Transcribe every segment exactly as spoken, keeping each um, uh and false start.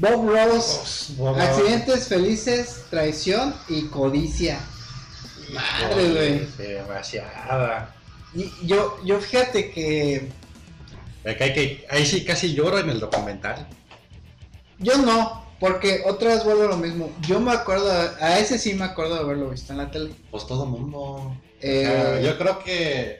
Bob Ross, Bob accidentes Ross. Felices, traición y codicia. Madre, güey. Demasiada. Y yo, yo fíjate que... Acá que ahí sí casi lloro en el documental. Yo no, porque otra vez vuelvo a lo mismo. Yo me acuerdo, a ese sí me acuerdo de haberlo visto en la tele. Pues todo mundo. Eh... O sea, yo creo que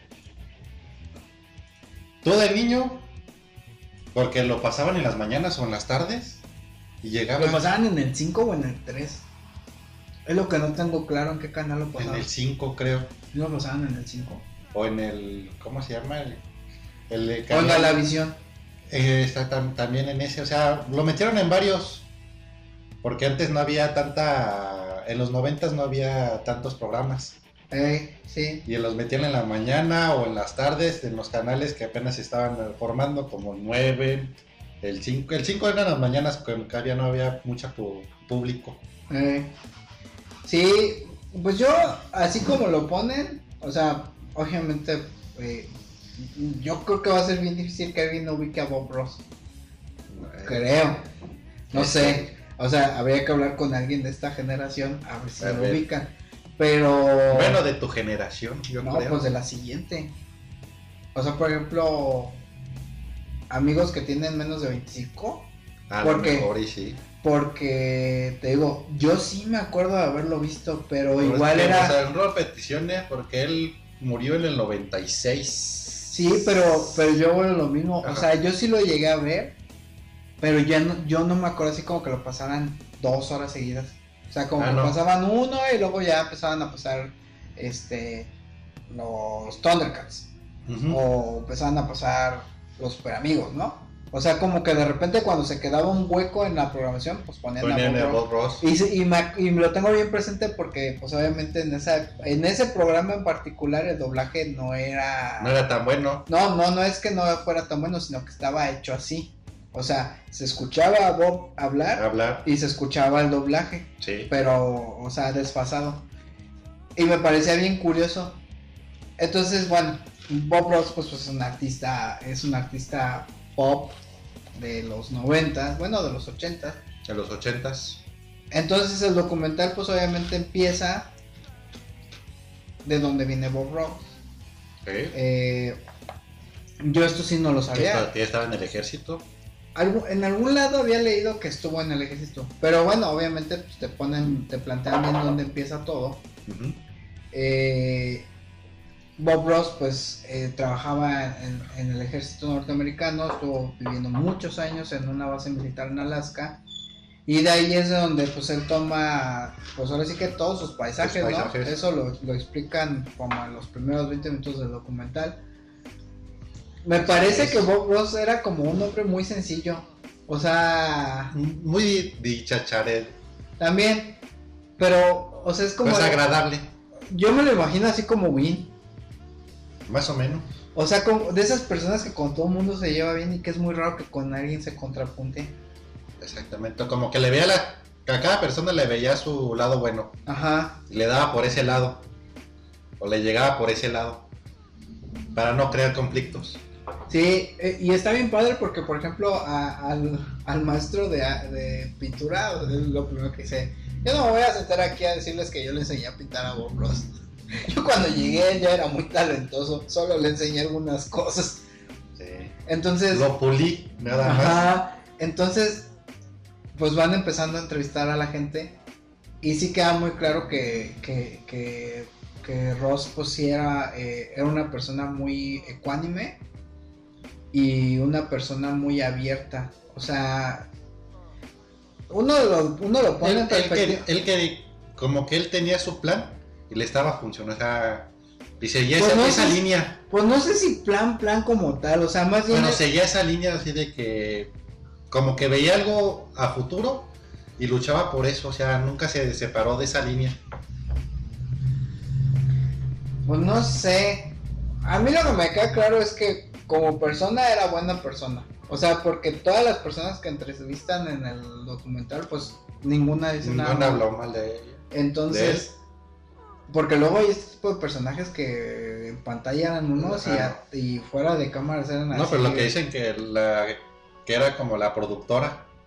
tú de niño, porque lo pasaban en las mañanas o en las tardes y llegaban. Lo pasaban en el cinco o en el tres. Es lo que no tengo claro en qué canal lo pasaban. En el cinco creo. Lo pasaban en el cinco. O en el, ¿cómo se llama? El, el, el o en Galavisión. Eh, está tam, también en ese, o sea, lo metieron en varios, porque antes no había tanta, en los noventas no había tantos programas. Eh, sí. Y los metían en la mañana o en las tardes, en los canales que apenas se estaban formando, como el nueve, el cinco, el cinco eran las mañanas, que todavía no había mucho público. Eh, sí, pues yo, así como lo ponen, o sea, obviamente... Eh, yo creo que va a ser bien difícil que alguien no ubique a Bob Ross. Bueno, creo. No sé. O sea, habría que hablar con alguien de esta generación a ver si a lo ver. ubican. Pero... Bueno, de tu generación, yo no, creo. pues de la siguiente. O sea, por ejemplo, amigos que tienen menos de veinticinco. A porque, lo mejor y sí. Porque, te digo, yo sí me acuerdo de haberlo visto, pero, pero igual es que, era... O sea, no repeticiones porque él murió en el noventa y seis. Sí, pero, pero yo bueno lo mismo, Ajá. O sea, yo sí lo llegué a ver, pero ya no, yo no me acuerdo así como que lo pasaran dos horas seguidas. O sea, como ah, que no. pasaban uno y luego ya empezaban a pasar este los Thundercats. Uh-huh. O empezaban a pasar los Super Amigos, ¿no? O sea, como que de repente cuando se quedaba un hueco en la programación, pues ponían, ponían a Bob Ross. Y, y, me, y me lo tengo bien presente porque, pues obviamente en esa en ese programa en particular el doblaje no era... No era tan bueno. No, no, no es que no fuera tan bueno, sino que estaba hecho así. O sea, se escuchaba a Bob hablar, hablar. y se escuchaba el doblaje. Sí. Pero, o sea, desfasado. Y me parecía bien curioso. Entonces, bueno, Bob Ross pues, pues es un artista, es un artista pop de los noventas, bueno, de los ochentas. De los ochentas. Entonces el documental pues obviamente empieza de donde viene Bob Ross. ¿Eh? Eh, yo esto sí no lo sabía. ¿Que estaba en el ejército? Algo, en algún lado había leído que estuvo en el ejército. Pero bueno, obviamente pues, te ponen, te plantean bien dónde empieza todo. Uh-huh. Eh, Bob Ross pues eh, trabajaba en, en el ejército norteamericano, estuvo viviendo muchos años en una base militar en Alaska y de ahí es donde pues él toma pues ahora sí que todos sus paisajes, sus paisajes. ¿no? Eso lo, lo explican como en los primeros veinte minutos del documental. Me parece que Bob Ross era como un hombre muy sencillo, o sea... Muy dichacharel. También, pero o sea es como... Es agradable. Yo me lo imagino así como Win. Más o menos. O sea, como de esas personas que con todo el mundo se lleva bien y que es muy raro que con alguien se contrapunte. Exactamente, como que le veía la... que a cada persona le veía su lado bueno. Ajá. Y le daba por ese lado. O le llegaba por ese lado. Para no crear conflictos. Sí, eh, y está bien padre porque, por ejemplo, a, al, al maestro de, de pintura, es lo primero que dice, yo no me voy a sentar aquí a decirles que yo le enseñé a pintar a Bob Ross. Yo cuando llegué ya era muy talentoso, solo le enseñé algunas cosas. Sí. Entonces... Lo pulí, nada más. Ajá, entonces, pues van empezando a entrevistar a la gente y sí queda muy claro que, que, que, que Ross pues sí era, eh, era una persona muy ecuánime y una persona muy abierta. O sea, uno lo, uno lo pone él, en perspectiva. Él que, él que, como que él tenía su plan y le estaba funcionando, o sea, y seguía pues esa, no esa sé, línea. Pues no sé si plan, plan como tal, o sea, más bien... Bueno, es... seguía esa línea así de que, como que veía algo a futuro y luchaba por eso, o sea, nunca se separó de esa línea. Pues no sé, a mí lo que me queda claro es que como persona era buena persona. O sea, porque todas las personas que entrevistan en el documental, pues ninguna dice ninguna nada. Ninguna habló mal de ella. Entonces, de porque luego hay este tipo de personajes que en pantalla eran unos y, a, y fuera de cámaras eran así. No, pero lo que dicen que la que era como la productora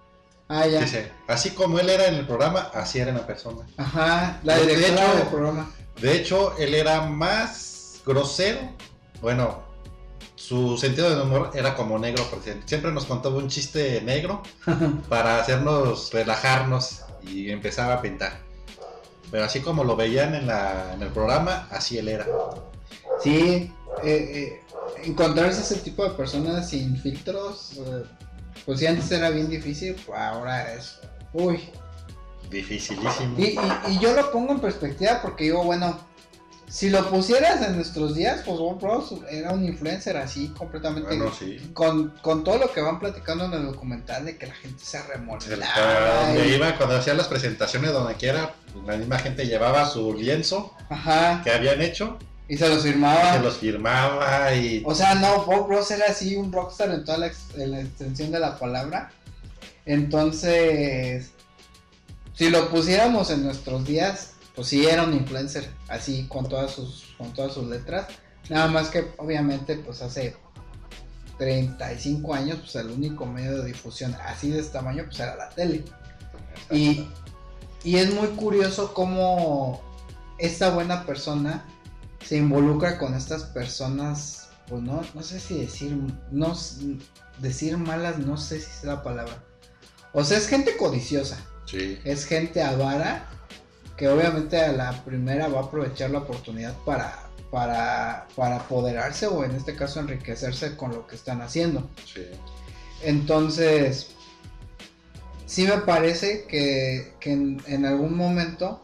Ah, ya. Dice, así como él era en el programa, así era en la persona. Ajá, la De directora hecho- del programa. De hecho, él era más grosero. Bueno, su sentido de humor era como negro, porque siempre nos contaba un chiste negro para hacernos relajarnos y empezaba a pintar. Pero así como lo veían en, la, en el programa, así él era. Sí, eh, eh, encontrarse ese tipo de personas sin filtros, eh, pues si antes era bien difícil, pues ahora es, uy. Dificilísimo. Y, y, y yo lo pongo en perspectiva porque digo, bueno, si lo pusieras en nuestros días, pues Bob Ross era un influencer así completamente. Bueno, sí. Con, con todo lo que van platicando en el documental de que la gente se Para remolaba. donde y- iba, cuando hacían las presentaciones, donde quiera, pues, la misma gente llevaba su lienzo Ajá, que habían hecho, y se los firmaba. se los firmaba y... O sea, no, Bob Ross era así un rockstar en toda la, ex- en la extensión de la palabra. Entonces, si lo pusiéramos en nuestros días, pues sí era un influencer, así con todas sus, con todas sus letras. Nada más que obviamente, pues hace treinta y cinco años, pues el único medio de difusión así de este tamaño, pues era la tele. Y, y es muy curioso cómo esta buena persona se involucra con estas personas, pues no, no sé si decir, no s- decir malas, no sé si es la palabra. O sea, es gente codiciosa, Sí. es gente avara, que obviamente a la primera va a aprovechar la oportunidad para, para, para apoderarse o en este caso enriquecerse con lo que están haciendo. Sí. Entonces, sí me parece que, que en, en algún momento,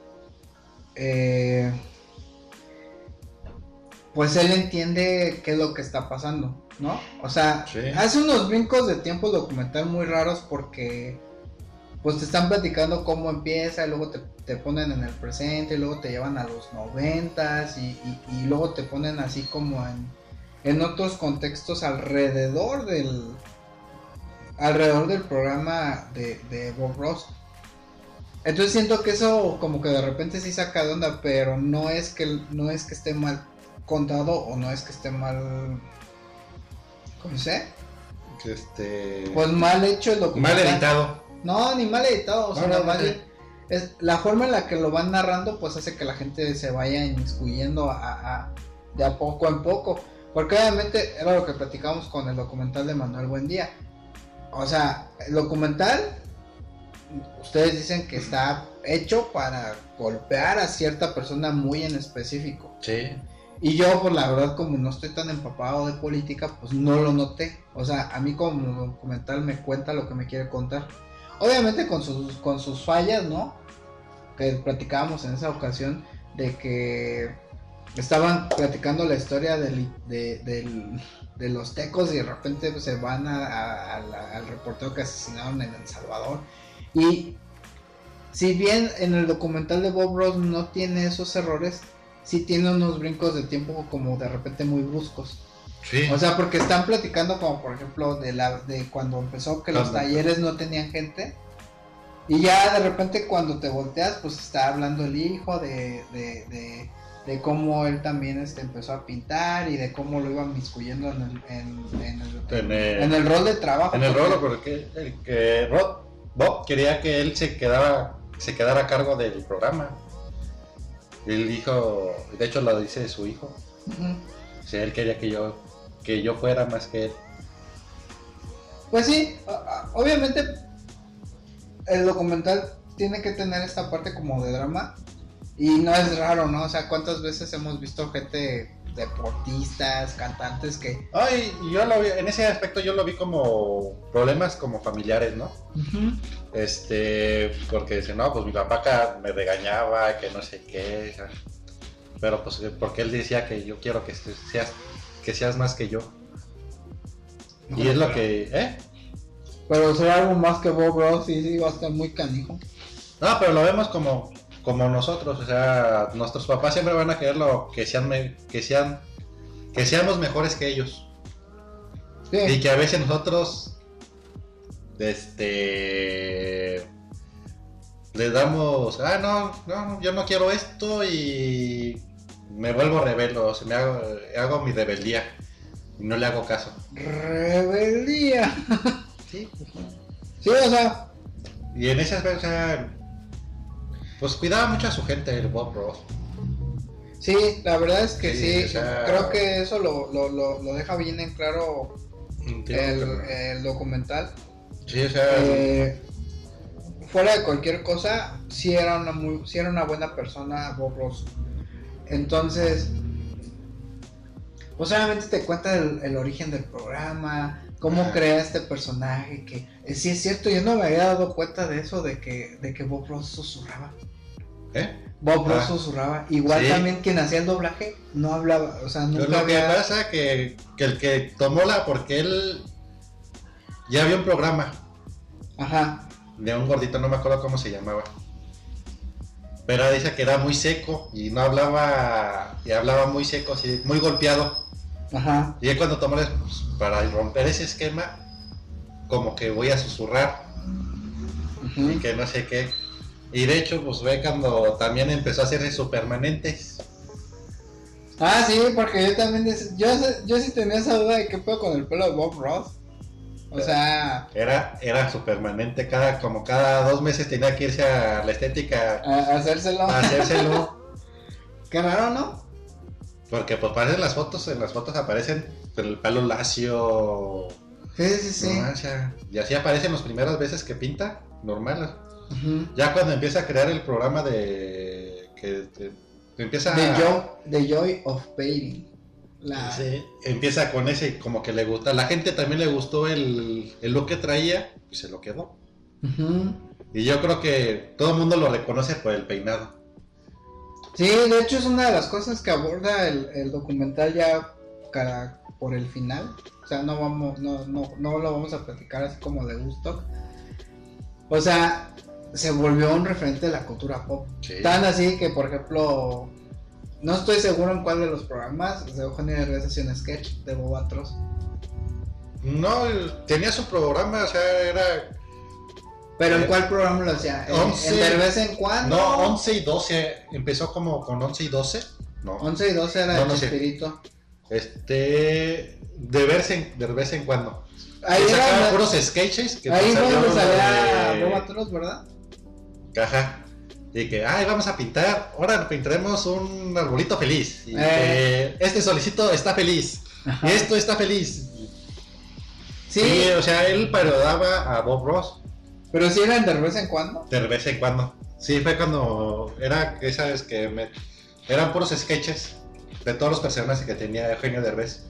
eh, pues él entiende qué es lo que está pasando, ¿no? O sea, Sí. hace unos brincos de tiempo documental muy raros porque pues te están platicando cómo empieza y luego te, te ponen en el presente y luego te llevan a los noventas y, y, y luego te ponen así como en, en otros contextos alrededor del alrededor del programa de, de Bob Ross. Entonces siento que eso como que de repente sí saca de onda, pero no es que no es que esté mal contado o no es que esté mal, ¿cómo se? Este... Pues mal hecho el documental. mal editado. No, ni mal editado, o sea, No, no, más no, bien, es, la forma en la que lo van narrando pues hace que la gente se vaya inmiscuyendo a, a, de a poco en poco, porque obviamente era lo que platicamos con el documental de Manuel Buendía. O sea, el documental, ustedes dicen que está hecho para golpear a cierta persona muy en específico. Sí. Y yo, pues la verdad, como no estoy tan empapado de política, pues no lo noté. O sea, a mí como documental me cuenta lo que me quiere contar. Obviamente con sus, con sus fallas, ¿no? Que platicábamos en esa ocasión de que estaban platicando la historia del, de, del, de los tecos y de repente pues, se van a, a, a la, al reportero que asesinaron en El Salvador. Y si bien en el documental de Bob Ross no tiene esos errores, sí tiene unos brincos de tiempo como de repente muy bruscos. Sí. O sea, porque están platicando como por ejemplo de la de cuando empezó que los Cuando talleres no tenían gente. Y ya de repente cuando te volteas, pues está hablando el hijo de, de, de, de cómo él también este, empezó a pintar y de cómo lo iban miscuyendo en el, en, en el, En el- en el rol de trabajo. En el porque- rolo, porque el que Rod, Bob quería que él se quedara, se quedara a cargo del programa. Él dijo, de hecho lo dice su hijo, Ujú. o sea, él quería que yo, que yo fuera más que él. Pues sí, a- a- obviamente el documental tiene que tener esta parte como de drama y no es raro, ¿no? O sea, ¿cuántas veces hemos visto gente, deportistas, cantantes que... Ay, y yo lo vi, en ese aspecto yo lo vi como problemas como familiares, ¿no? Ujú. Este, porque dice, no, pues mi papá acá me regañaba, que no sé qué, ¿sabes? Pero pues porque él decía que yo quiero que seas, que seas más que yo. Y es lo que, ¿eh? Pero ser algo más que Bob Ross sí, sí va a estar muy canijo. No, pero lo vemos como, como nosotros, o sea, nuestros papás siempre van a quererlo que sean, me- que sean, que seamos mejores que ellos. Sí. Y que a veces nosotros, este, les damos, ah, no, no, yo no quiero esto y me vuelvo rebelde, o sea, me hago, hago mi rebeldía y no le hago caso. Rebeldía. Sí, Sí, o sea, y en esas veces, o sea, pues cuidaba mucho a su gente el Bob Ross. Sí, la verdad es que sí, sí o sea, creo que eso lo, lo, lo, lo deja bien en claro el, el documental. Sí, o sea, eh, fuera de cualquier cosa, sí era una muy, sí era una buena persona Bob Ross. Entonces, pues obviamente te cuenta el, el origen del programa, cómo Ajá. crea este personaje, que eh, sí es cierto, yo no me había dado cuenta de eso, de que, de que Bob Ross susurraba. ¿Eh? Bob Ross ah. susurraba. Igual sí. también quien hacía el doblaje no hablaba, o sea, nunca Lo había... que pasa que, que el que tomó la, porque él ya había un programa. Ajá. De un gordito, no me acuerdo cómo se llamaba. Pero dice que era muy seco y no hablaba, y hablaba muy seco, así, muy golpeado. Ajá. Y él cuando tomó, pues, para romper ese esquema, como que voy a susurrar. Uh-huh. Y que no sé qué. Y de hecho, pues ve cuando también empezó a hacer eso permanentes. Ah, sí, porque yo también, yo, yo sí tenía esa duda de qué pedo con el pelo de Bob Ross. O sea... Era, era su permanente, cada, como cada dos meses tenía que irse a la estética. A hacérselo. A hacérselo. Qué raro, ¿no? Porque pues parecen las fotos, en las fotos aparecen el pelo lacio. Sí, sí, sí. No, o sea, y así aparecen las primeras veces que pinta, normal. Uh-huh. Ya cuando empieza a crear el programa de... que te, te empieza The a... Joy, The Joy of Painting. La... Sí, empieza con ese, como que le gusta. La gente también le gustó el, el look que traía y se lo quedó. Uh-huh. Y yo creo que todo el mundo lo reconoce por el peinado. Sí, de hecho es una de las cosas que aborda el, el documental ya cara, por el final. O sea, no vamos, no, no, no lo vamos a platicar así como de gusto. O sea, se volvió un referente de la cultura pop. Sí. Tan así que, por ejemplo, no estoy seguro en cuál de los programas, de Eugenio Derbez hacía un sketch de Bob Atroz. No, tenía su programa, o sea, era... ¿Pero en cuál programa lo hacía? once, ¿En Derbez en cuándo? No, once y doce, empezó como con once y doce. No. once y doce era no, el no Chespirito. Sé. Este... De vez en, de vez en cuando. Ahí sacaban era, puros sketches. Que ahí fue donde salía de... Bob Atroz, ¿verdad? Ajá. Y que, ay, vamos a pintar, ahora pintaremos un arbolito feliz. Y eh. que este solicito está feliz. Ajá. Y esto está feliz. Sí. sí, o sea, él parodiaba a Bob Ross. Pero sí eran de vez en cuando. De vez en cuando. Sí, fue cuando era, esa vez que me... eran puros sketches de todos los personajes que tenía Eugenio Derbez.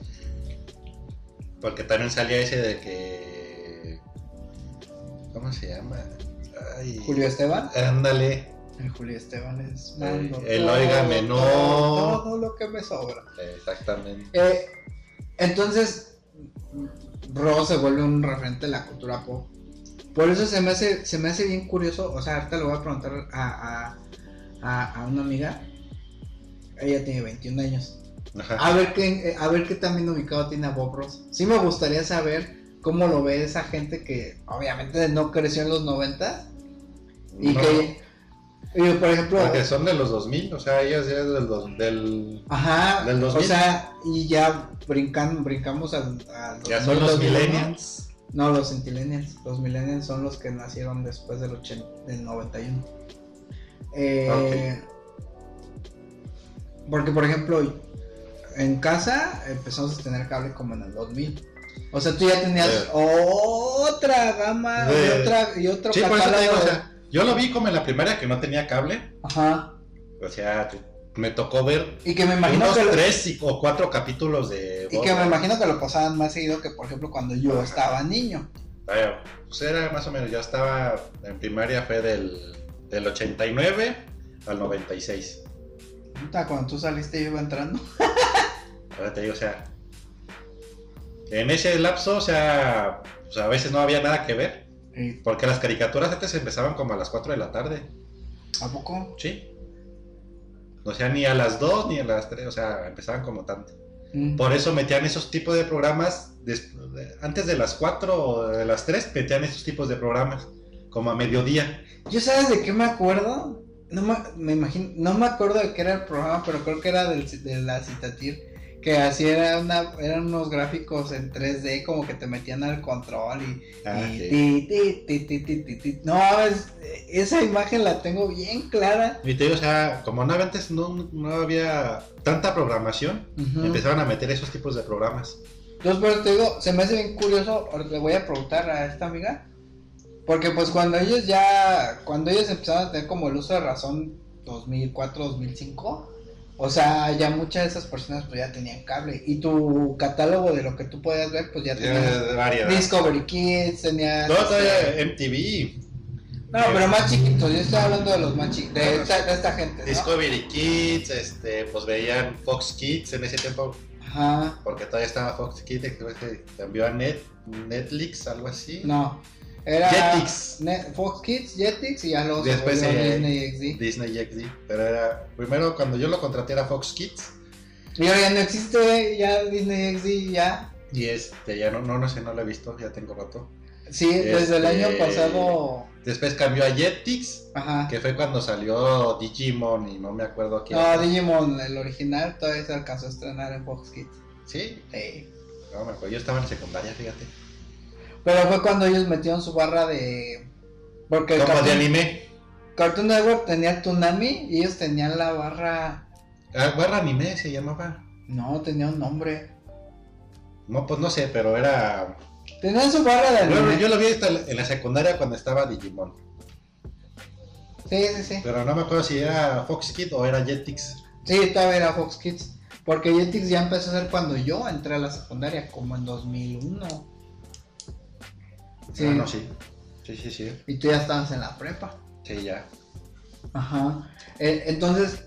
Porque también salía ese de que... ¿Cómo se llama? Ay, Julio Esteban. Ándale. El Julio Esteban es mando. El, el óigame, no. Todo, todo lo que me sobra. Exactamente. Eh, entonces, Ross se vuelve un referente de la cultura pop. Por eso se me hace, se me hace bien curioso. O sea, ahorita le voy a preguntar a, a, a, a una amiga. Ella tiene veintiún años. Ajá. A ver qué, a ver qué tan bien ubicado tiene a Bob Ross. Sí me gustaría saber cómo lo ve esa gente que obviamente no creció en los noventa y no. que, y por ejemplo, porque son de los dos mil, o sea, ellas ya del, del ajá, del dos mil. O sea, y ya brincan, brincamos al, al ya son los millennials. No, los centennials, los millennials son los que nacieron después del ochenta, del noventa y uno. Eh, okay. Porque por ejemplo, en casa empezamos a tener cable como en el dos mil. O sea, tú ya tenías sí. otra gama de... y, otra, y otro sí, catálogo. Por eso te digo, o sea, yo lo vi como en la primaria que no tenía cable. Ajá. O sea, me tocó ver y que me imagino unos que tres lo... o cuatro capítulos de... Y Bob, que me imagino que lo pasaban más seguido que, por ejemplo, cuando yo Ajá. estaba niño. Bueno, pues era más o menos, yo estaba en primaria, fue del, del ochenta y nueve al noventa y seis. Cuando tú saliste yo iba entrando. Ahora te digo, o sea, en ese lapso, o sea, o sea, a veces no había nada que ver. Sí. Porque las caricaturas antes empezaban como a las cuatro de la tarde. ¿A poco? Sí. O sea, ni a las dos ni a las tres, o sea, empezaban como tanto. Mm. Por eso metían esos tipos de programas, de, antes de las cuatro o de las tres, metían esos tipos de programas, como a mediodía. ¿Yo sabes de qué me acuerdo? No me, me imagino, no me acuerdo de qué era el programa, pero creo que era del, de la Citatir, Que así era una, eran unos gráficos en tres D como que te metían al control y, ah, y sí. ti, ti, ti, ti, ti, ti, ti. No, es, esa imagen la tengo bien clara. Y te digo, o sea, como no antes no, no había tanta programación, Uh-huh. empezaron a meter esos tipos de programas. Entonces, pero te digo, se me hace bien curioso, le voy a preguntar a esta amiga, porque pues cuando ellos ya, cuando ellos empezaron a tener como el uso de razón dos mil cuatro, dos mil cinco, o sea, ya muchas de esas personas pues ya tenían cable y tu catálogo de lo que tú podías ver pues ya tenías variedad. Discovery Kids, tenías... No, todavía M T V. No, pero más chiquitos, yo estoy hablando de los más chiquitos, de, Bueno, esta, de esta gente, ¿no? Discovery Kids, este, pues veían Fox Kids en ese tiempo, Ajá, porque todavía estaba Fox Kids, creo que cambió a Net, Netflix, algo así. no, era Jetix. Net- Fox Kids, Jetix y ya luego se Después volvió eh, Disney X D. Disney X D, pero era, primero cuando yo lo contraté era Fox Kids, Y ahora ya no existe, ya Disney X D, ya. y este, ya no, no, no sé, no lo he visto, ya tengo rato. Sí, desde el Este, año pasado. Después cambió a Jetix, Ajá. que fue cuando salió Digimon y no me acuerdo quién. No, Digimon, el original, todavía se alcanzó a estrenar en Fox Kids. Sí, Sí. no me acuerdo, yo estaba en secundaria, fíjate. Pero fue cuando ellos metieron su barra de. Porque Como de Cartoon, anime. Cartoon Network tenía Toonami y ellos tenían la barra. Ah, barra anime se llamaba. No, tenía un nombre. No, pues no sé, pero era. Tenían su barra de anime. Yo, yo lo vi hasta en la secundaria cuando estaba Digimon. Sí, sí, sí. Pero no me acuerdo si era Fox Kids o era Jetix. Sí, todavía era Fox Kids. Porque Jetix ya empezó a ser cuando yo entré a la secundaria, como en dos mil uno. Sí. Ah, no, sí. Sí, sí, sí. Y tú ya estabas en la prepa. Sí, ya. Ajá. Eh, entonces,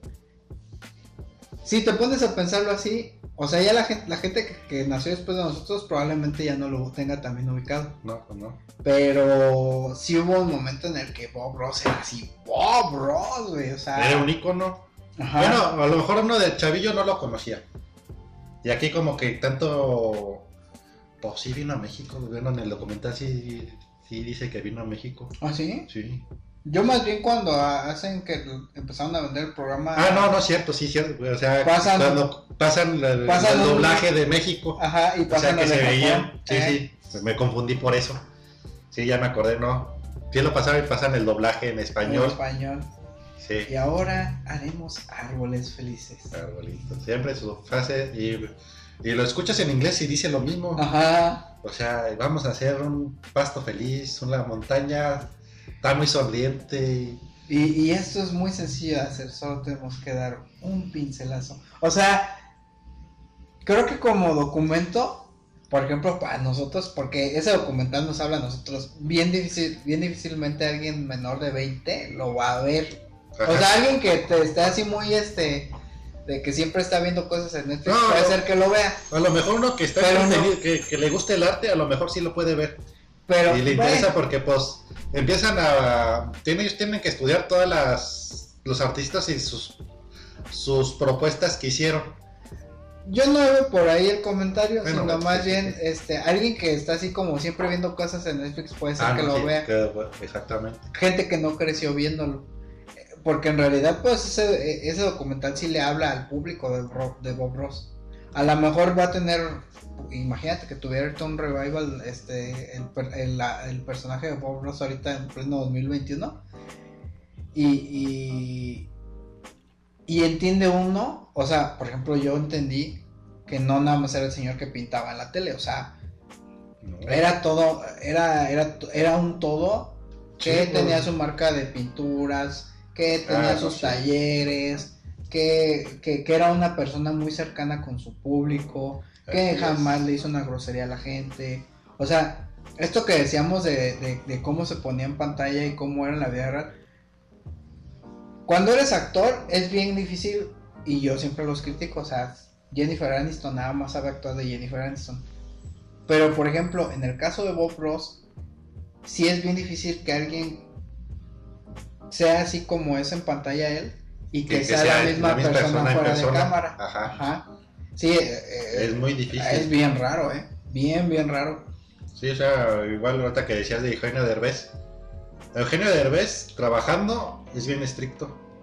si te pones a pensarlo así, o sea, ya la gente, la gente que, que nació después de nosotros probablemente ya no lo tenga también ubicado. No, pues no. Pero sí hubo un momento en el que Bob Ross era así, Bob Ross, güey, o sea. Era un icono. Ajá. Bueno, a lo mejor uno de chavillo no lo conocía. Y aquí como que tanto... Pues sí vino a México, bueno, en el documental sí, sí dice que vino a México. ¿Ah, sí? Sí. Yo más bien cuando hacen que empezaron a vender el programa. Ah, no, no es cierto, sí, cierto. O sea, Pasan- cuando pasan el, pasan el un- doblaje de México. Ajá, y O sea, pasan que el se de Japón. veían. Sí, Eh, sí, me confundí por eso. Sí, ya me acordé, no. Sí lo pasaban y pasan el doblaje en En español. español. Sí. Y ahora haremos árboles felices. Arbolito. Siempre su frase y, y lo escuchas en inglés y dice lo mismo. Ajá. O sea, vamos a hacer un pasto feliz, una montaña, está muy sonriente. Y, y esto es muy sencillo de hacer, solo tenemos que dar un pincelazo. O sea, creo que como documento, por ejemplo, para nosotros, porque ese documental nos habla a nosotros, bien difícil, bien difícilmente alguien menor de veinte lo va a ver. Ajá. O sea, alguien que te esté así muy este, de que siempre está viendo cosas en Netflix, No, puede no. ser que lo vea. A lo mejor uno que está Pero entretenido, no. que, que le guste el arte, a lo mejor sí lo puede ver. Pero Y le interesa bueno, porque pues empiezan a... Tienen, ellos tienen que estudiar todas las... Los artistas y sus, sus propuestas que hicieron. yo no veo por ahí el comentario, Bueno, sino sí, más sí, bien, sí. este, alguien que está así como siempre viendo cosas en Netflix puede ser Ah, que no, lo sí, vea. que- bueno, exactamente. Gente que no creció viéndolo. Porque en realidad, pues, ese, ese documental sí le habla al público de, Ro- de Bob Ross. A lo mejor va a tener, imagínate que tuviera ahorita un revival, este, el, per- el, la- el personaje de Bob Ross ahorita en pleno dos mil veintiuno. Y, y, y entiende uno, o sea, por ejemplo, yo entendí que no nada más era el señor que pintaba en la tele, o sea, No. era todo, era, era, era un todo que Sí, tenía pues. su marca de pinturas, que tenía Ah, no, sus sí. talleres, que, que, que era una persona muy cercana con su público, que Así jamás es. le hizo una grosería a la gente. O sea, esto que decíamos de, de, de cómo se ponía en pantalla y cómo era en la vida real. Cuando eres actor es bien difícil, y yo siempre los critico, o sea, Jennifer Aniston nada más sabe actuar de Jennifer Aniston. Pero por ejemplo, en el caso de Bob Ross, sí es bien difícil que alguien sea así como es en pantalla él y que, Que- que sea, sea la misma, la misma persona, persona en fuera persona. de cámara. Ajá. Sí, eh, eh, Es muy difícil. es bien raro, eh. Bien, bien raro. Sí, o sea, igual ahorita que decías de Eugenio Derbez. Eugenio Derbez, trabajando, es bien estricto.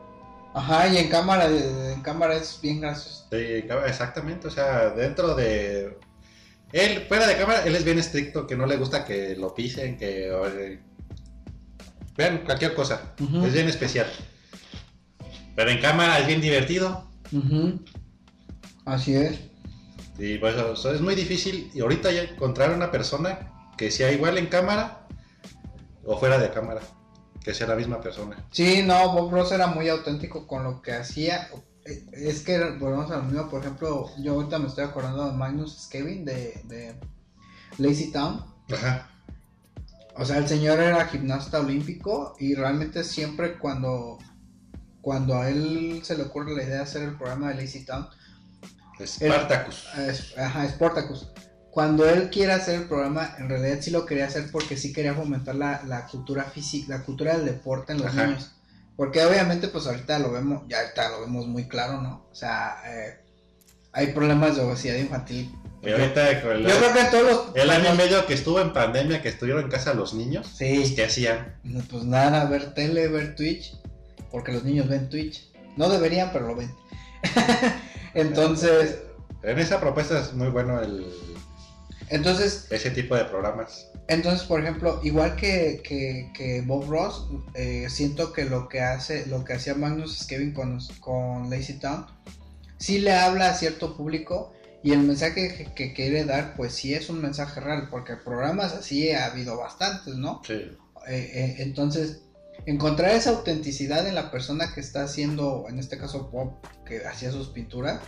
Ajá, y en cámara, en cámara es bien gracioso. Sí, exactamente, o sea, dentro de... Él, fuera de cámara, él es bien estricto, que no le gusta que lo pisen, que... Oye, vean, cualquier cosa, uh-huh. Es bien especial. Pero en cámara es bien divertido. Uh-huh. Así es. Y pues eso es muy difícil, y ahorita ya encontrar una persona que sea igual en cámara o fuera de cámara, que sea la misma persona. Sí, no, Bob Ross era muy auténtico con lo que hacía. Es que volvemos a lo mismo, por ejemplo, yo ahorita me estoy acordando de Magnus Skevin de, de Lazy Town. Ajá. O sea, el señor era gimnasta olímpico y realmente siempre cuando, cuando a él se le ocurre la idea de hacer el programa de Lazy Town, Spartacus. Él, ajá, Spartacus. Cuando él quiere hacer el programa, en realidad sí lo quería hacer porque sí quería fomentar la, la cultura física, la cultura del deporte en los Ajá. niños. Porque obviamente pues ahorita lo vemos, ya ahorita lo vemos muy claro, ¿no? O sea, eh, hay problemas de obesidad infantil. Y ahorita con el, yo creo que todos los... El año y medio que estuvo en pandemia, que estuvieron en casa los niños, sí. Pues, ¿qué hacían? Pues nada, ver tele, ver Twitch, porque los niños ven Twitch. No deberían, pero lo ven. Entonces... En esa propuesta es muy bueno el... Entonces... Ese tipo de programas. Entonces, por ejemplo, igual que, que, que Bob Ross, eh, siento que lo que hace, lo que hacía Magnus Skevin con, con Lazy Town, sí le habla a cierto público y el mensaje que, que quiere dar, pues sí es un mensaje real, porque programas así ha habido bastantes, ¿no? Sí. Eh, eh, entonces, encontrar esa autenticidad en la persona que está haciendo, en este caso Bob, que hacía sus pinturas,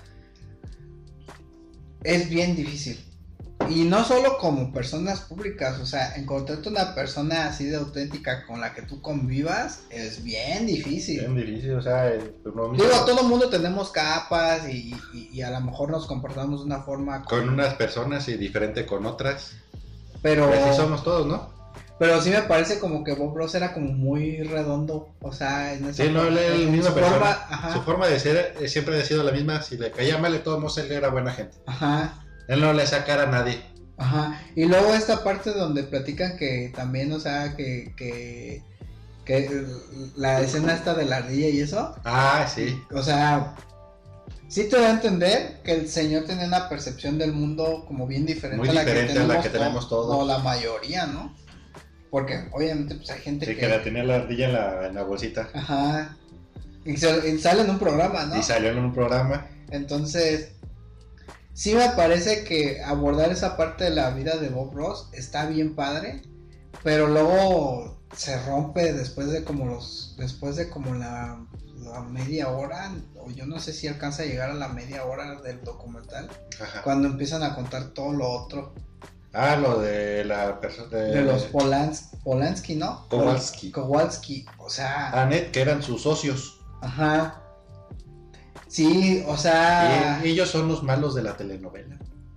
es bien difícil. Y no solo como personas públicas, o sea, encontrarte una persona así de auténtica con la que tú convivas es bien difícil. Bien difícil, o sea, no digo, todo el mundo tenemos capas y, y, y a lo mejor nos comportamos de una forma... Con, con unas personas y diferente con otras. Pero... Pues así somos todos, ¿no? Pero sí me parece como que Bob Ross era como muy redondo, o sea, en esa sí, no, él es la misma su persona. Forma, su forma de ser siempre ha sido la misma, si le caía mal de todos modos, él era buena gente. Ajá. Él no le hacía cara a nadie. Ajá, y luego esta parte donde platican que también, o sea, que, que, que la escena esta de la ardilla y eso. Ah, sí. O sea, sí te da a entender que el señor tenía una percepción del mundo como bien diferente, Muy a, la diferente a la que tenemos todo, todos. O la mayoría, ¿no? Porque obviamente pues hay gente sí, que... que la tenía la ardilla en la, en la bolsita. Ajá, y, se, y sale en un programa, ¿no? Y salió en un programa. Entonces... sí me parece que abordar esa parte de la vida de Bob Ross está bien padre, pero luego se rompe después de como los, después de como la, la media hora, o yo no sé si alcanza a llegar a la media hora del documental, Ajá. Cuando empiezan a contar todo lo otro. Ah, lo de la persona de... de los Polans, Polanski, ¿no? Kowalski. Kowalski, o sea... Annette, que eran sus socios. Ajá. Sí, o sea... Y ellos son los malos de la telenovela.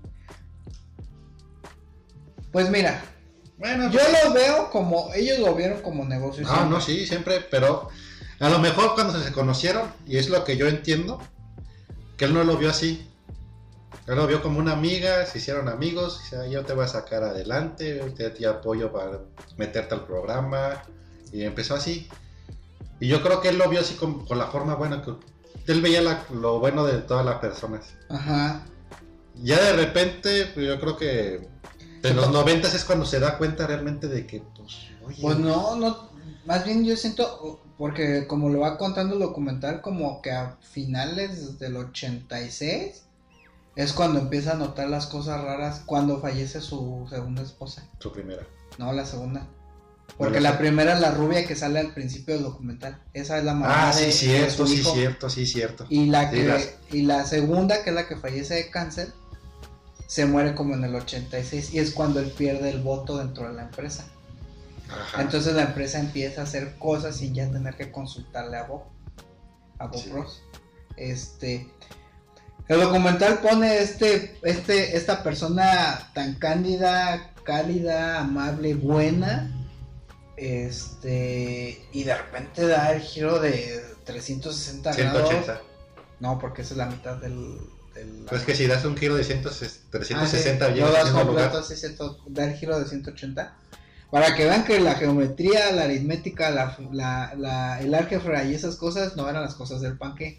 Pues mira, bueno, yo pues, lo veo como... ellos lo vieron como negocio. No, siempre. no, sí, siempre, pero... A lo mejor cuando se conocieron, y es lo que yo entiendo, que él no lo vio así. Él lo vio como una amiga, se hicieron amigos, o sea, yo te voy a sacar adelante, te, te apoyo para meterte al programa, y empezó así. Y yo creo que él lo vio así con, con la forma buena, que él veía la, lo bueno de todas las personas. Ajá. Ya de repente, pues yo creo que en los noventas es cuando se da cuenta realmente de que, pues, oye... Pues no, no, más bien yo siento, porque como lo va contando el documental, como que a finales del ochenta y seis... es cuando empieza a notar las cosas raras cuando fallece su segunda esposa. Su primera. No, la segunda. Porque la primera es la rubia que sale al principio del documental. Esa es la mamá ah, de, sí, cierto, de su sí, hijo. cierto, sí, cierto. Y la, sí, que, las... y la segunda, que es la que fallece de cáncer, se muere como en el ochenta y seis. Y es cuando él pierde el voto dentro de la empresa. Ajá. Entonces la empresa empieza a hacer cosas sin ya tener que consultarle a Bob. A Bob sí. Ross. Este... El documental pone este, este, esta persona tan cándida, cálida, amable, buena, este, y de repente da el giro de trescientos sesenta ciento ochenta. grados. No, porque esa es la mitad del... del pues que si das un giro de trescientos sesenta, ah, sí, ya no das completo, sí, da el giro de ciento ochenta. Para que vean que la geometría, la aritmética, la, la, la, el álgebra y esas cosas no eran las cosas del panque.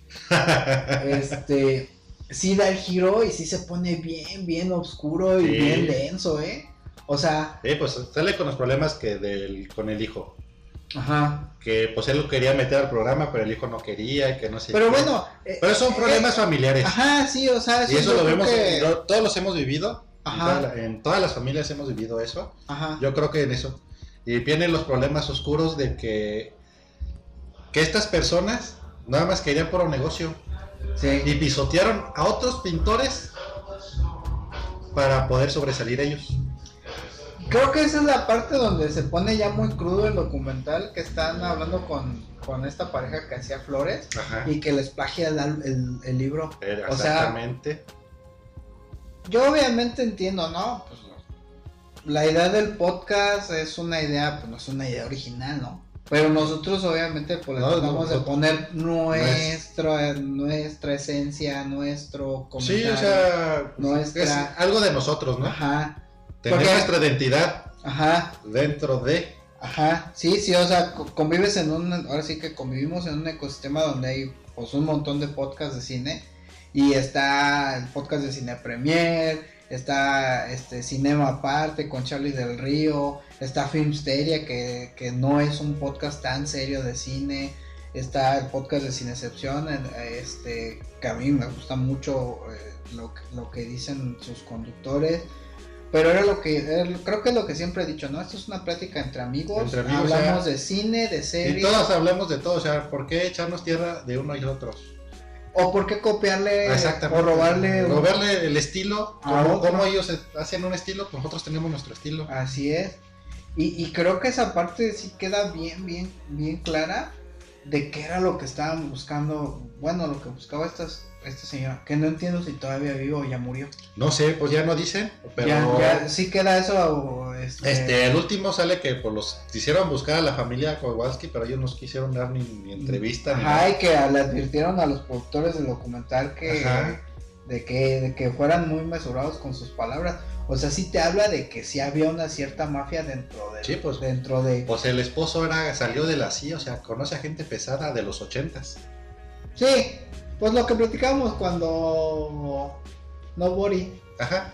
Este, sí da el giro y sí se pone bien, bien oscuro y sí. bien denso, ¿eh? O sea... Eh, pues sale con los problemas que del, con el hijo. Ajá. Que pues él lo quería meter al programa, pero el hijo no quería y que no sé Pero qué. bueno... Pero son problemas eh, familiares. Ajá, sí, o sea... Eso y eso lo vemos, que... lo, todos los hemos vivido. Ajá. En, toda la, en todas las familias hemos vivido eso. Ajá. Yo creo que en eso. Y vienen los problemas oscuros de que... Que estas personas nada más querían por un negocio. Sí. Y pisotearon a otros pintores para poder sobresalir ellos. Creo que esa es la parte donde se pone ya muy crudo el documental, que están hablando con, con esta pareja que hacía flores. Ajá. Y que les plagia el, el, el libro. Pero exactamente. O sea, yo obviamente entiendo, ¿no? Pues la idea del podcast es una idea, pues no es una idea original, ¿no? Pero nosotros obviamente pues no, tratamos no, de poner nuestra, no es... nuestra esencia, nuestro comentario. Sí, o sea, nuestra... es algo de nosotros, ¿no? Ajá. Tener Porque... nuestra identidad. Ajá. Dentro de. Ajá. Sí, sí, o sea, convives en un, ahora sí que convivimos en un ecosistema donde hay pues un montón de podcasts de cine y está el podcast de Cine Premier, está este Cinema Aparte con Charlie del Río, está Filmsteria que, que no es un podcast tan serio de cine, está el podcast de Cinecepción, este, que a mí me gusta mucho eh, lo, lo que dicen sus conductores, pero era lo que, era, creo que es lo que siempre he dicho, ¿no? Esto es una plática entre amigos, entre amigos hablamos o sea, de cine, de series. Y todos hablamos de todo, o sea, ¿por qué echarnos tierra de uno y otros? O por qué copiarle o robarle robarle el estilo, como, como ellos hacen un estilo, pues nosotros tenemos nuestro estilo. Así es. Y, y creo que esa parte sí queda bien, bien, bien clara de qué era lo que estaban buscando, bueno, lo que buscaba estas, esta señora, que no entiendo si todavía vive o ya murió. No sé, pues ya no dicen, pero... Ya, ya sí queda eso. Este... este, el último sale que pues los quisieron buscar a la familia Kowalski, pero ellos no quisieron dar ni, ni entrevista. Ajá, ni y que le advirtieron a los productores del documental que... Ajá. De que, de que fueran muy mesurados con sus palabras. O sea, sí te habla de que sí había una cierta mafia dentro de... Sí, pues, dentro de... Pues el esposo era, salió de la C I A, o sea, conoce a gente pesada de los ochentas. Sí, pues lo que platicábamos cuando... Nobody. Ajá.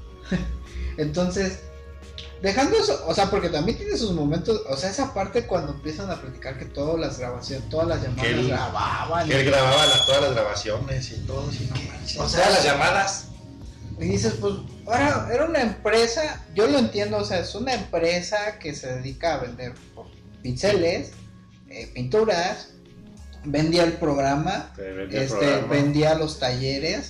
Entonces, dejando eso, o sea, porque también tiene sus momentos, o sea, esa parte cuando empiezan a platicar que todas las grabaciones, todas las llamadas que él, grababan. Que él grababa la, todas las grabaciones y todo, y no manches, o sea, todas las llamadas. Y dices, pues, ahora era una empresa, yo lo entiendo, o sea, es una empresa que se dedica a vender pues, pinceles, eh, pinturas, vendía el programa, vendía, este, el programa. vendía los talleres,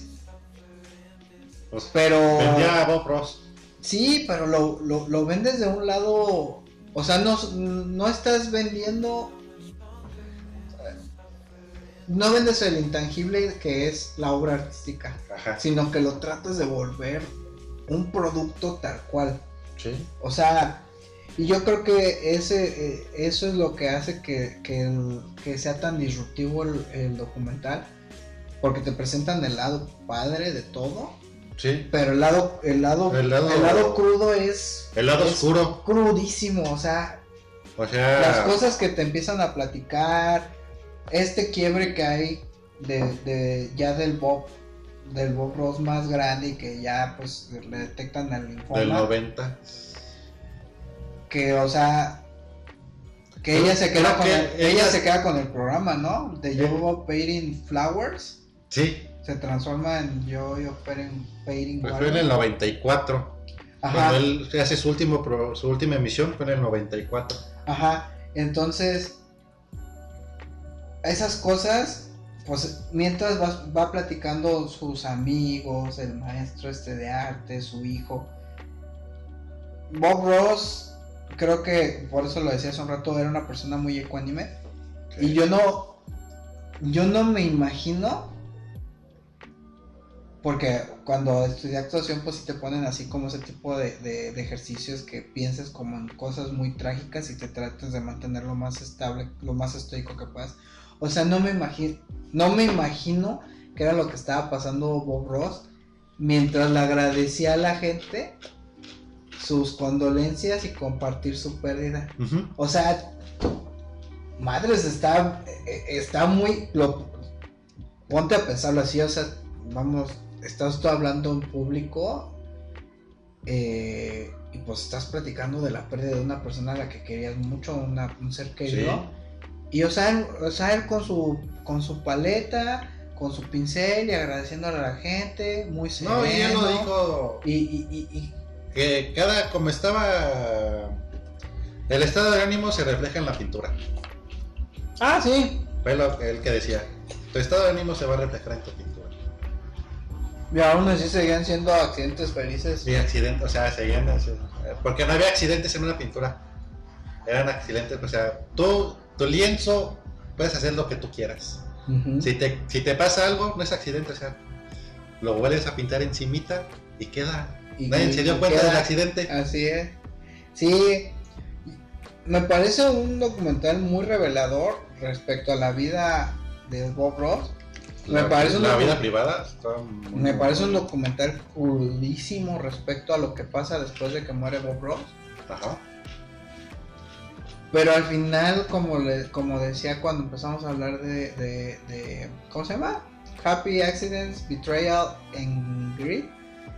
pues, pero... Vendía a Bob Ross. Sí, pero lo, lo, lo vendes de un lado, o sea, no, no estás vendiendo, no vendes el intangible que es la obra artística, Ajá. sino que lo tratas de volver un producto tal cual. Sí. O sea, y yo creo que ese, eh, eso es lo que hace que, que, el, que sea tan disruptivo el, el documental, porque te presentan el lado padre de todo. Sí. Pero el lado, el lado, el lado, el lado crudo es... El lado es oscuro. Crudísimo, o sea... O sea... Las cosas que te empiezan a platicar, este quiebre que hay de, de ya del Bob, del Bob Ross más grande y que ya pues le detectan el linfoma. Del noventa. Que, o sea... Que Pero ella se queda con el, ella... ella se queda con el programa, ¿no? De Yo Bob Painting Flowers. Sí. Se transforma en Yo Yo Painting Painting Pues fue en el noventa y cuatro. Ajá. Cuando él hace su último pro, su última emisión fue en el noventa y cuatro. Ajá. Entonces, esas cosas, pues mientras va, va platicando sus amigos, el maestro este de arte, su hijo. Bob Ross, creo que por eso lo decía hace un rato, era una persona muy ecuánime. Okay. Y yo no, yo no me imagino. Porque cuando estudié actuación, pues sí te ponen así como ese tipo de, de, de ejercicios que pienses como en cosas muy trágicas y te trates de mantener lo más estable, lo más estoico que puedas. O sea, no me imagino, no me imagino que era lo que estaba pasando Bob Ross mientras le agradecía a la gente sus condolencias y compartir su pérdida. Uh-huh. O sea, madres, está, está muy... Lo, ponte a pensarlo así, o sea, vamos, estás tú hablando en público eh, y pues estás platicando de la pérdida de una persona a la que querías mucho, una, un ser querido. Sí. Y o sea, él, o sea, él con su, con su paleta, con su pincel y agradeciéndole a la gente, muy sereno. No, y él lo dijo... Y, y, y, y... que cada, como estaba... El estado de ánimo se refleja en la pintura. Ah, sí. Fue lo que él que decía. Tu estado de ánimo se va a reflejar en tu pintura. Y aún así seguían siendo accidentes felices. Sí, accidentes, o sea, seguían... Porque no había accidentes en una pintura. Eran accidentes, o sea, tú, tu lienzo, puedes hacer lo que tú quieras. Uh-huh. Si te, si te pasa algo, no es accidente, o sea, lo vuelves a pintar encimita y queda. Y nadie se dio cuenta queda, del accidente. Así es. Sí, me parece un documental muy revelador respecto a la vida de Bob Ross. Me la, parece la vida privada está muy, me parece un documental crudísimo respecto a lo que pasa después de que muere Bob Ross. Ajá. Pero al final, como le, como decía cuando empezamos a hablar de, de, de ¿cómo se llama? Happy Accidents, Betrayal and Greed.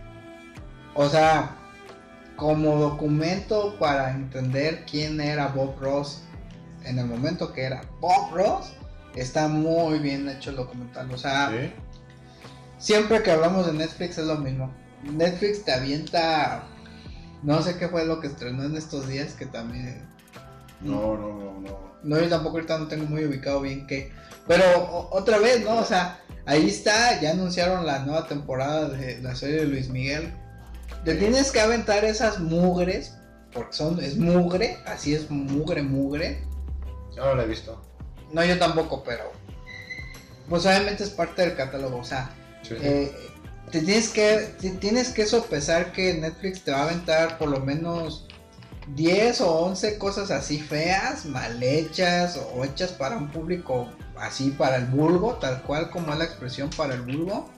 O sea, como documento para entender quién era Bob Ross en el momento que era Bob Ross, está muy bien hecho el documental. O sea, ¿sí? Siempre que hablamos de Netflix es lo mismo. Netflix te avienta, no sé qué fue lo que estrenó en estos días, que también... No, no, no, no. No, yo tampoco ahorita no tengo muy ubicado bien qué. Pero o, otra vez, ¿no? O sea, ahí está, ya anunciaron la nueva temporada de la serie de Luis Miguel. Te sí. Tienes que aventar esas mugres, porque son, es mugre, así es mugre, mugre. Yo no la he visto. No, yo tampoco, pero pues obviamente es parte del catálogo, o sea, sí. eh, te tienes que, te tienes que sopesar que Netflix te va a aventar por lo menos diez o once cosas así feas, mal hechas o hechas para un público así, para el vulgo, tal cual como es la expresión, para el vulgo.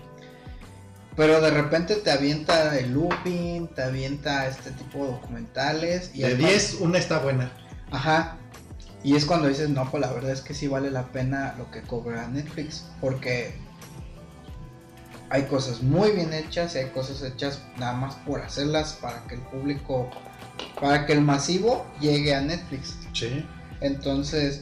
Pero de repente te avienta el looping, te avienta este tipo de documentales. Y de diez, una está buena. Ajá. Y es cuando dices, no, pues la verdad es que sí vale la pena lo que cobra Netflix. Porque hay cosas muy bien hechas y hay cosas hechas nada más por hacerlas para que el público, para que el masivo llegue a Netflix. Sí. Entonces,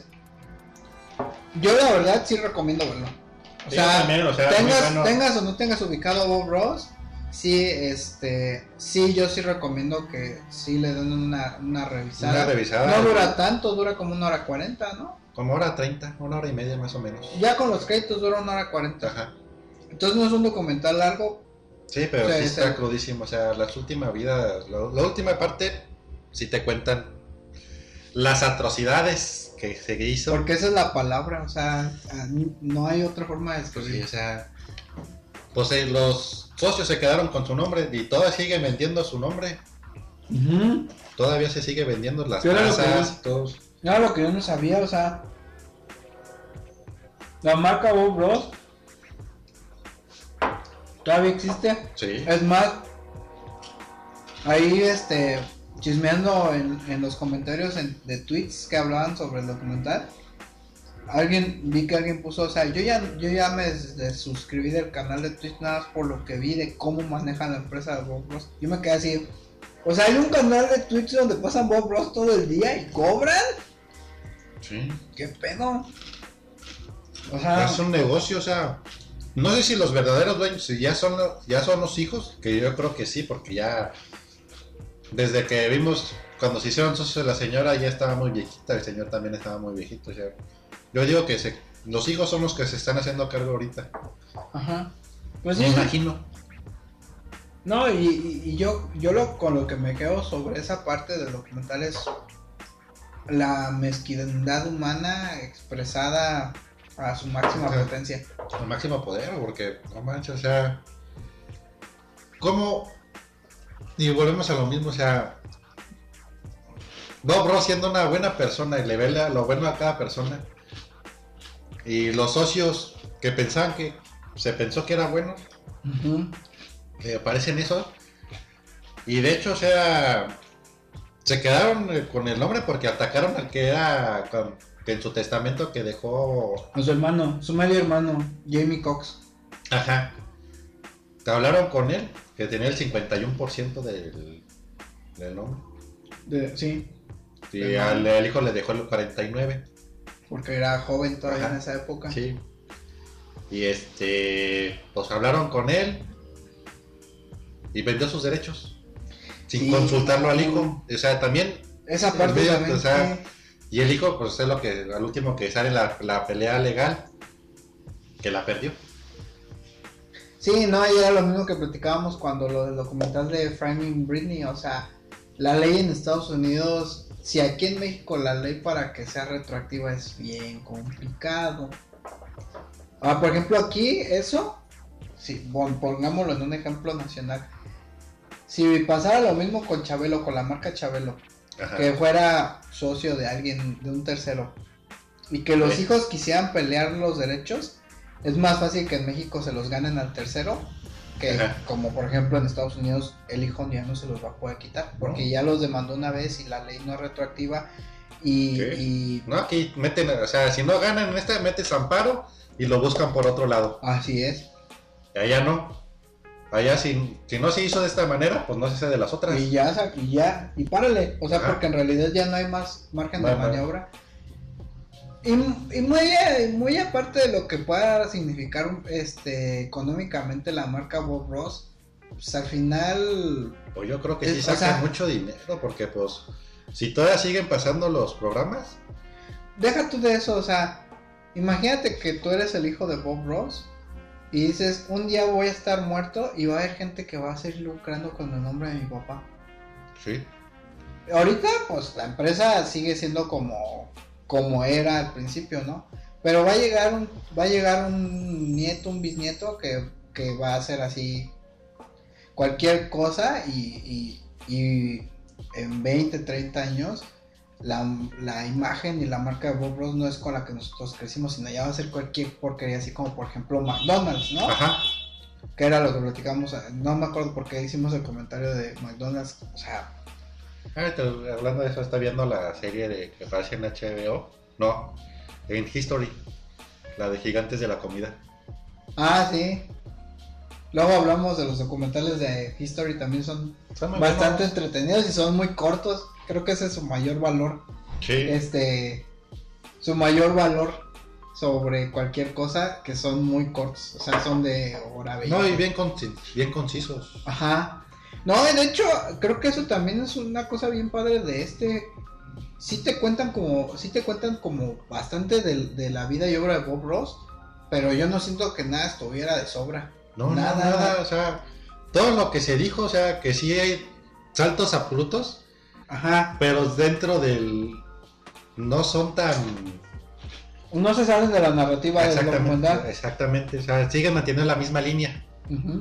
yo la verdad sí recomiendo verlo. O, sí, sea, también, o sea, tengas, bueno. tengas o no tengas ubicado a Bob Ross, sí, este, sí, yo sí recomiendo que sí le den una, una revisada. Una revisada. No dura tanto, dura como una hora cuarenta, ¿no? Como hora treinta, una hora y media más o menos. Ya con los créditos dura una hora cuarenta. Ajá. Entonces no es un documental largo. Sí, pero o sea, sí está el... crudísimo, o sea, las últimas vidas, la, la última parte, sí te cuentan las atrocidades que se hizo. Porque esa es la palabra, o sea, no hay otra forma de describir. Pues sí, o sea, pues eh, los socios se quedaron con su nombre y todavía siguen vendiendo su nombre. Uh-huh. Todavía se sigue vendiendo las Pero casas y todos. Era lo que yo no sabía, o sea, la marca Bob Ross todavía existe. Sí. Es más, ahí este chismeando en, en los comentarios en, de tweets que hablaban sobre el documental, alguien vi que alguien puso, o sea, yo ya yo ya me suscribí del canal de Twitch nada más por lo que vi de cómo manejan la empresa de Bob Ross. Yo me quedé así, o sea, hay un canal de Twitch donde pasan Bob Ross todo el día y cobran. Sí. ¿Qué pedo? O sea, es un negocio, o sea, no sé si los verdaderos dueños si ya son ya son los hijos, que yo creo que sí, porque ya desde que vimos cuando se hicieron socios la señora ya estaba muy viejita, el señor también estaba muy viejito, o sea, yo digo que se, los hijos son los que se están haciendo cargo ahorita. Ajá. Pues me sí, imagino. No, y, y, y yo yo lo con lo que me quedo sobre esa parte del documental es la mezquindad humana expresada a su máxima potencia. Al máximo poder, porque no manches, o sea, ¿cómo? Y volvemos a lo mismo, o sea, Bob Ross siendo una buena persona y le ve lo bueno a cada persona, y los socios que pensaban que se pensó que era bueno, uh-huh. le aparecen eso, Y de hecho, o sea, se quedaron con el nombre porque atacaron al que era, con, que en su testamento que dejó... A su hermano, su medio hermano, Jamie Cox. Ajá. Te hablaron con él, que tenía el cincuenta y uno por ciento del, del nombre. De, sí. Y al, al hijo le dejó el cuarenta y nueve. Porque era joven todavía. Ajá. En esa época. Sí. Y este, pues hablaron con él y vendió sus derechos sin sí, consultarlo al hijo. O sea, también esa parte medio, también, o sea, sí. Y el hijo, pues es lo que al último que sale la, la pelea legal, que la perdió. Sí, no, y era lo mismo que platicábamos cuando lo del documental de Framing Britney. O sea, la ley en Estados Unidos, si aquí en México la ley para que sea retroactiva es bien complicado. Ah, por ejemplo, aquí eso, sí, bon, pongámoslo en un ejemplo nacional. Si pasara lo mismo con Chabelo, con la marca Chabelo, ajá, que fuera socio de alguien, de un tercero, y que los sí. hijos quisieran pelear los derechos, es más fácil que en México se los ganen al tercero, que ajá, como por ejemplo en Estados Unidos el hijo ya no se los va a poder quitar, porque no. ya los demandó una vez y la ley no es retroactiva. Y, y... no, aquí meten, o sea, si no ganan en esta, metes amparo y lo buscan por otro lado. Así es. Y allá no. Allá si, si no se hizo de esta manera, pues no se hace de las otras. Y ya, y ya, y párale. O sea, ajá, porque en realidad ya no hay más margen no, de maniobra. Y, y muy, muy aparte de lo que pueda significar este económicamente la marca Bob Ross, pues al final... Pues yo creo que sí sacan o sea, mucho dinero, porque pues si todavía siguen pasando los programas... Deja tú de eso, o sea, imagínate que tú eres el hijo de Bob Ross y dices, un día voy a estar muerto y va a haber gente que va a seguir lucrando con el nombre de mi papá. Sí. Ahorita, pues la empresa sigue siendo como, como era al principio, ¿no? Pero va a llegar un, va a llegar un nieto, un bisnieto que, que va a hacer así cualquier cosa y, y, y en veinte, treinta años la, la imagen y la marca de Bob Ross no es con la que nosotros crecimos, sino ya va a ser cualquier porquería, así como por ejemplo McDonald's, ¿no? Ajá. Que era lo que platicamos, no me acuerdo por qué hicimos el comentario de McDonald's, o sea... Ah, hablando de eso, está viendo la serie de que aparece en H B O, no, en History, la de Gigantes de la Comida. Ah, sí. Luego hablamos de los documentales de History, también son, son bastante buenos, entretenidos y son muy cortos. Creo que ese es su mayor valor. Sí. Este, su mayor valor sobre cualquier cosa, que son muy cortos, o sea, son de hora veinte. No, y bien, con, bien concisos. Ajá. No, de hecho, creo que eso también es una cosa bien padre de este. Sí te cuentan como, sí te cuentan como bastante de, de la vida y obra de Bob Ross, pero yo no siento que nada estuviera de sobra. No, nada, no, nada, o sea, todo lo que se dijo, o sea, que sí hay saltos abruptos, ajá, pero dentro del, no son tan, no se salen de la narrativa del documental. Exactamente, o sea, siguen manteniendo la misma línea, uh-huh,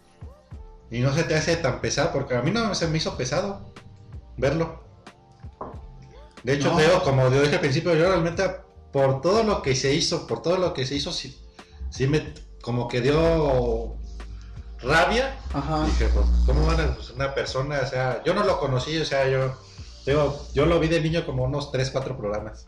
y no se te hace tan pesado, porque a mí no se me hizo pesado verlo. De hecho, no. Te digo, como yo dije al principio, yo realmente por todo lo que se hizo, por todo lo que se hizo, sí, sí me como que dio rabia. Ajá. Dije, pues, ¿cómo van a pues, una persona? O sea, yo no lo conocí, o sea, yo, yo, yo lo vi de niño como unos tres, cuatro programas.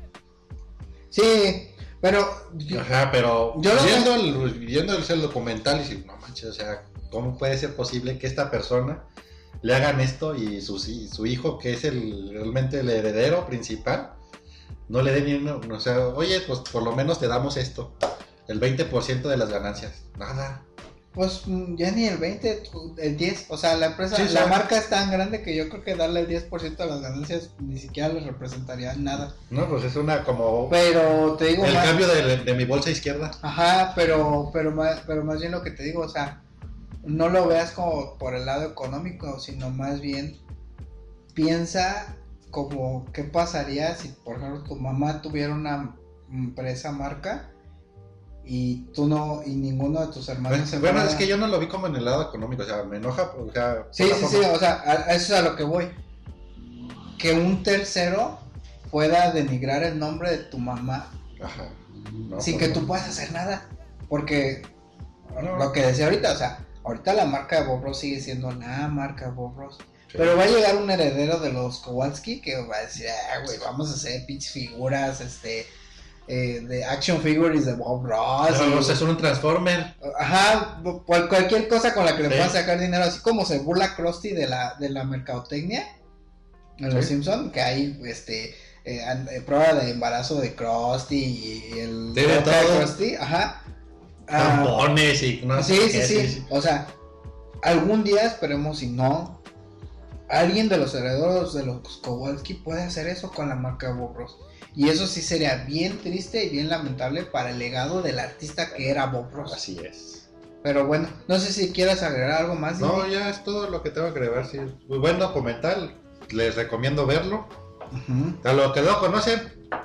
Sí, pero... Ajá, pero yo viendo, el, viendo el, el documental, y no manches, o sea, ¿cómo puede ser posible que esta persona le hagan esto y su, su hijo, que es el realmente el heredero principal, no le den ni uno? O sea, oye, pues por lo menos te damos esto. El veinte por ciento de las ganancias. Nada. Pues ya ni el veinte, el diez. O sea, la empresa, sí, la sí. marca es tan grande que yo creo que darle el diez por ciento de las ganancias ni siquiera les representaría nada. No, pues es una como... Pero te digo... El más, cambio de, de mi bolsa izquierda. Ajá, pero, pero, más, pero más bien lo que te digo, o sea, no lo veas como por el lado económico, sino más bien piensa como qué pasaría si, por ejemplo, tu mamá tuviera una empresa marca y tú no, y ninguno de tus hermanos... Bueno, bueno es que yo no lo vi como en el lado económico, o sea, me enoja, o sea... Sí, sí, sí, o sea, a, a eso es a lo que voy. Que un tercero pueda denigrar el nombre de tu mamá. Ajá. No, sin pues que no. tú puedas hacer nada. Porque, no, lo que decía ahorita, o sea, ahorita la marca de Bob Ross sigue siendo la marca de Bob Ross. Sí. Pero va a llegar un heredero de los Kowalski que va a decir, ah, güey, vamos a hacer pinches figuras, este, eh, de action figures de Bob Ross. No, y, no, es un Transformer. Ajá, cual, cualquier cosa con la que le Sí. puedan sacar dinero, así como se burla Krusty de la, de la mercadotecnia en Los Sí. Simpson, que hay, este, eh, an- eh, prueba de embarazo de Krusty y el Sí, de boca de todo. Krusty, ajá. Ah, Tampones y no sí, sé sí, qué, sí, o sea, algún día esperemos, si no, alguien de los herederos de los Kowalski puede hacer eso con la marca Bob Ross. Y eso sí sería bien triste y bien lamentable para el legado del artista que era Bob Ross. Así es. Pero bueno, no sé si quieras agregar algo más. No, Didi. ya es todo lo que tengo que agregar. Sí. Muy buen documental. Les recomiendo verlo. Ujú. A los que no conocen,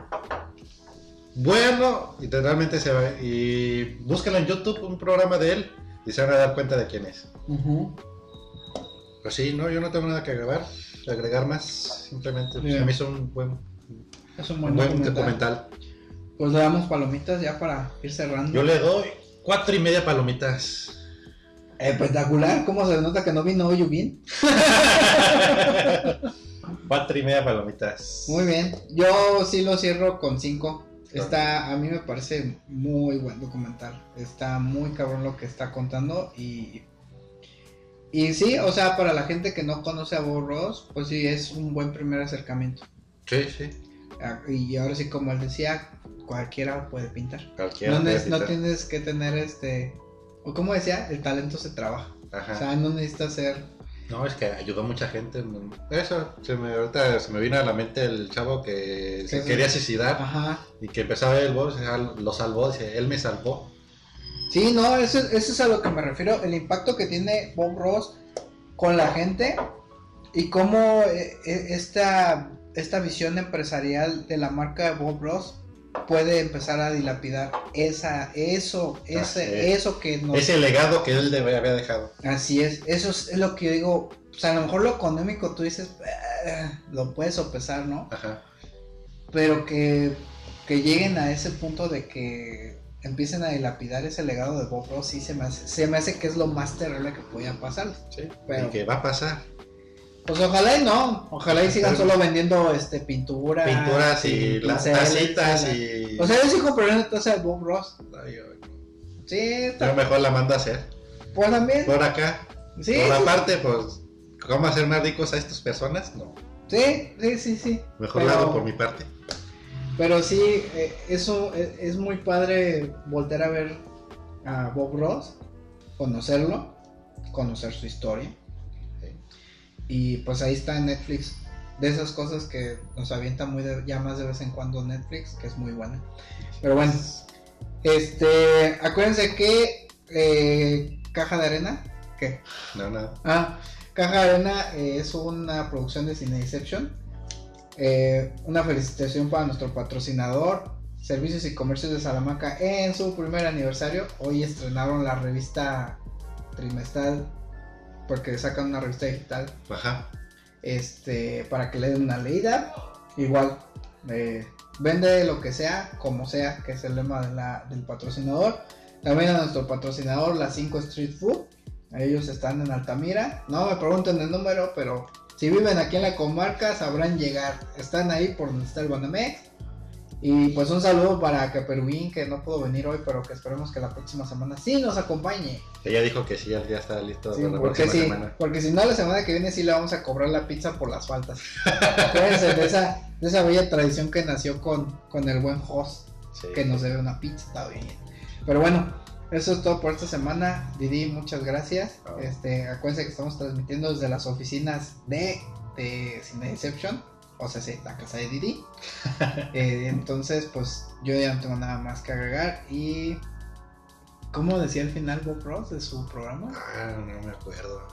bueno, literalmente se va. Y búsquenlo en YouTube, un programa de él, y se van a dar cuenta de quién es. Ujú. Pues sí, no, yo no tengo nada que agregar, agregar más. Simplemente pues, Bien. se me hizo un buen, Es un un buen, buen documental. documental. Pues le damos palomitas ya para ir cerrando. Yo le doy cuatro y media palomitas. Espectacular, ¿cómo se nota que no vino hoy bien? Cuatro y media palomitas. Muy bien, yo sí lo cierro con cinco. Está, a mí me parece muy buen documental. Está muy cabrón lo que está contando y y sí, o sea, para la gente que no conoce a Bob Ross, pues sí es un buen primer acercamiento. Sí, sí. Ah, Y ahora sí, como él decía, cualquiera puede pintar. Cualquiera. No, puede neces- no pintar. tienes que tener este, o como decía, el talento se trabaja. Ajá. O sea, no necesitas ser. No, es que ayudó a mucha gente. Eso, se me, ahorita se me vino a la mente el chavo que se Sí. quería suicidar Ajá. y que empezó a ver el boss, lo salvó, dice, él me salvó. Sí, no, eso, eso es a lo que me refiero, el impacto que tiene Bob Ross con la gente y cómo eh, eh, esta, esta visión empresarial de la marca de Bob Ross puede empezar a dilapidar esa, eso, ese, es. eso que nos... Ese legado que él debe, había dejado. Así es, eso es lo que yo digo, o sea, a lo mejor lo económico tú dices, "Eh", lo puedes sopesar, ¿no? Ajá. Pero que, que lleguen a ese punto de que empiecen a dilapidar ese legado de Bob Ross, sí se me hace, se me hace que es lo más terrible que podía pasar. Sí. Pero- Y que va a pasar. Pues ojalá y no, ojalá y sigan solo vendiendo este pintura, Pinturas y las pinceles, tacitas la- y... O sea, yo sigo perdiendo la taza de Bob Ross. Ay, ay, Sí, está... yo mejor la mando a hacer. pues también. Por acá. Sí, Por sí, aparte, pues, ¿cómo hacer más ricos a estas personas? No. sí, sí, sí, sí. Mejor Pero- lo hago por mi parte. Pero sí, eh, eso es, es muy padre volver a ver a Bob Ross, conocerlo, conocer su historia. Sí. Y pues ahí está en Netflix. De esas cosas que nos avienta muy de, ya más de vez en cuando Netflix, que es muy buena. Pero bueno, este, acuérdense que eh, Caja de Arena, ¿qué? No, nada. Ah, Caja de Arena eh, es una producción de Cineception. Eh, una felicitación para nuestro patrocinador, Servicios y Comercios de Salamanca, en su primer aniversario. Hoy estrenaron la revista trimestral, porque sacan una revista digital, Ajá. este, para que le den una leída. Igual, eh, vende lo que sea, como sea, que es el lema de la, del patrocinador. También a nuestro patrocinador, la cinco Street Food. Ellos están en Altamira. No me pregunten el número, pero si viven aquí en la comarca sabrán llegar. Están ahí por donde está el Banamex. Y pues un saludo para Caperuín, que no pudo venir hoy, pero que esperemos que la próxima semana sí nos acompañe. Ella dijo que sí, ya ya está listo Sí, para la porque, próxima sí, semana. porque si no, la semana que viene sí le vamos a cobrar la pizza por las faltas. Acuérdense de esa, de esa bella tradición que nació con, con el buen host, Sí. que nos debe una pizza, está bien. Pero bueno, eso es todo por esta semana. Didi, muchas gracias. Oh. Este, acuérdense que estamos transmitiendo desde las oficinas de, de Cineception, o sea, sí, la casa de Didi. eh, entonces, pues yo ya no tengo nada más que agregar. Y ¿cómo decía al final Bob Ross de su programa? Ah, no me acuerdo.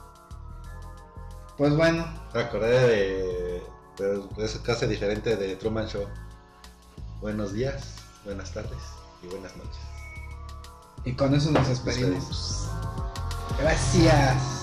Pues bueno, Me acordé de, de, de esa clase diferente de Truman Show. Buenos días, buenas tardes y buenas noches. y con eso nos Nos despedimos. vemos. Gracias.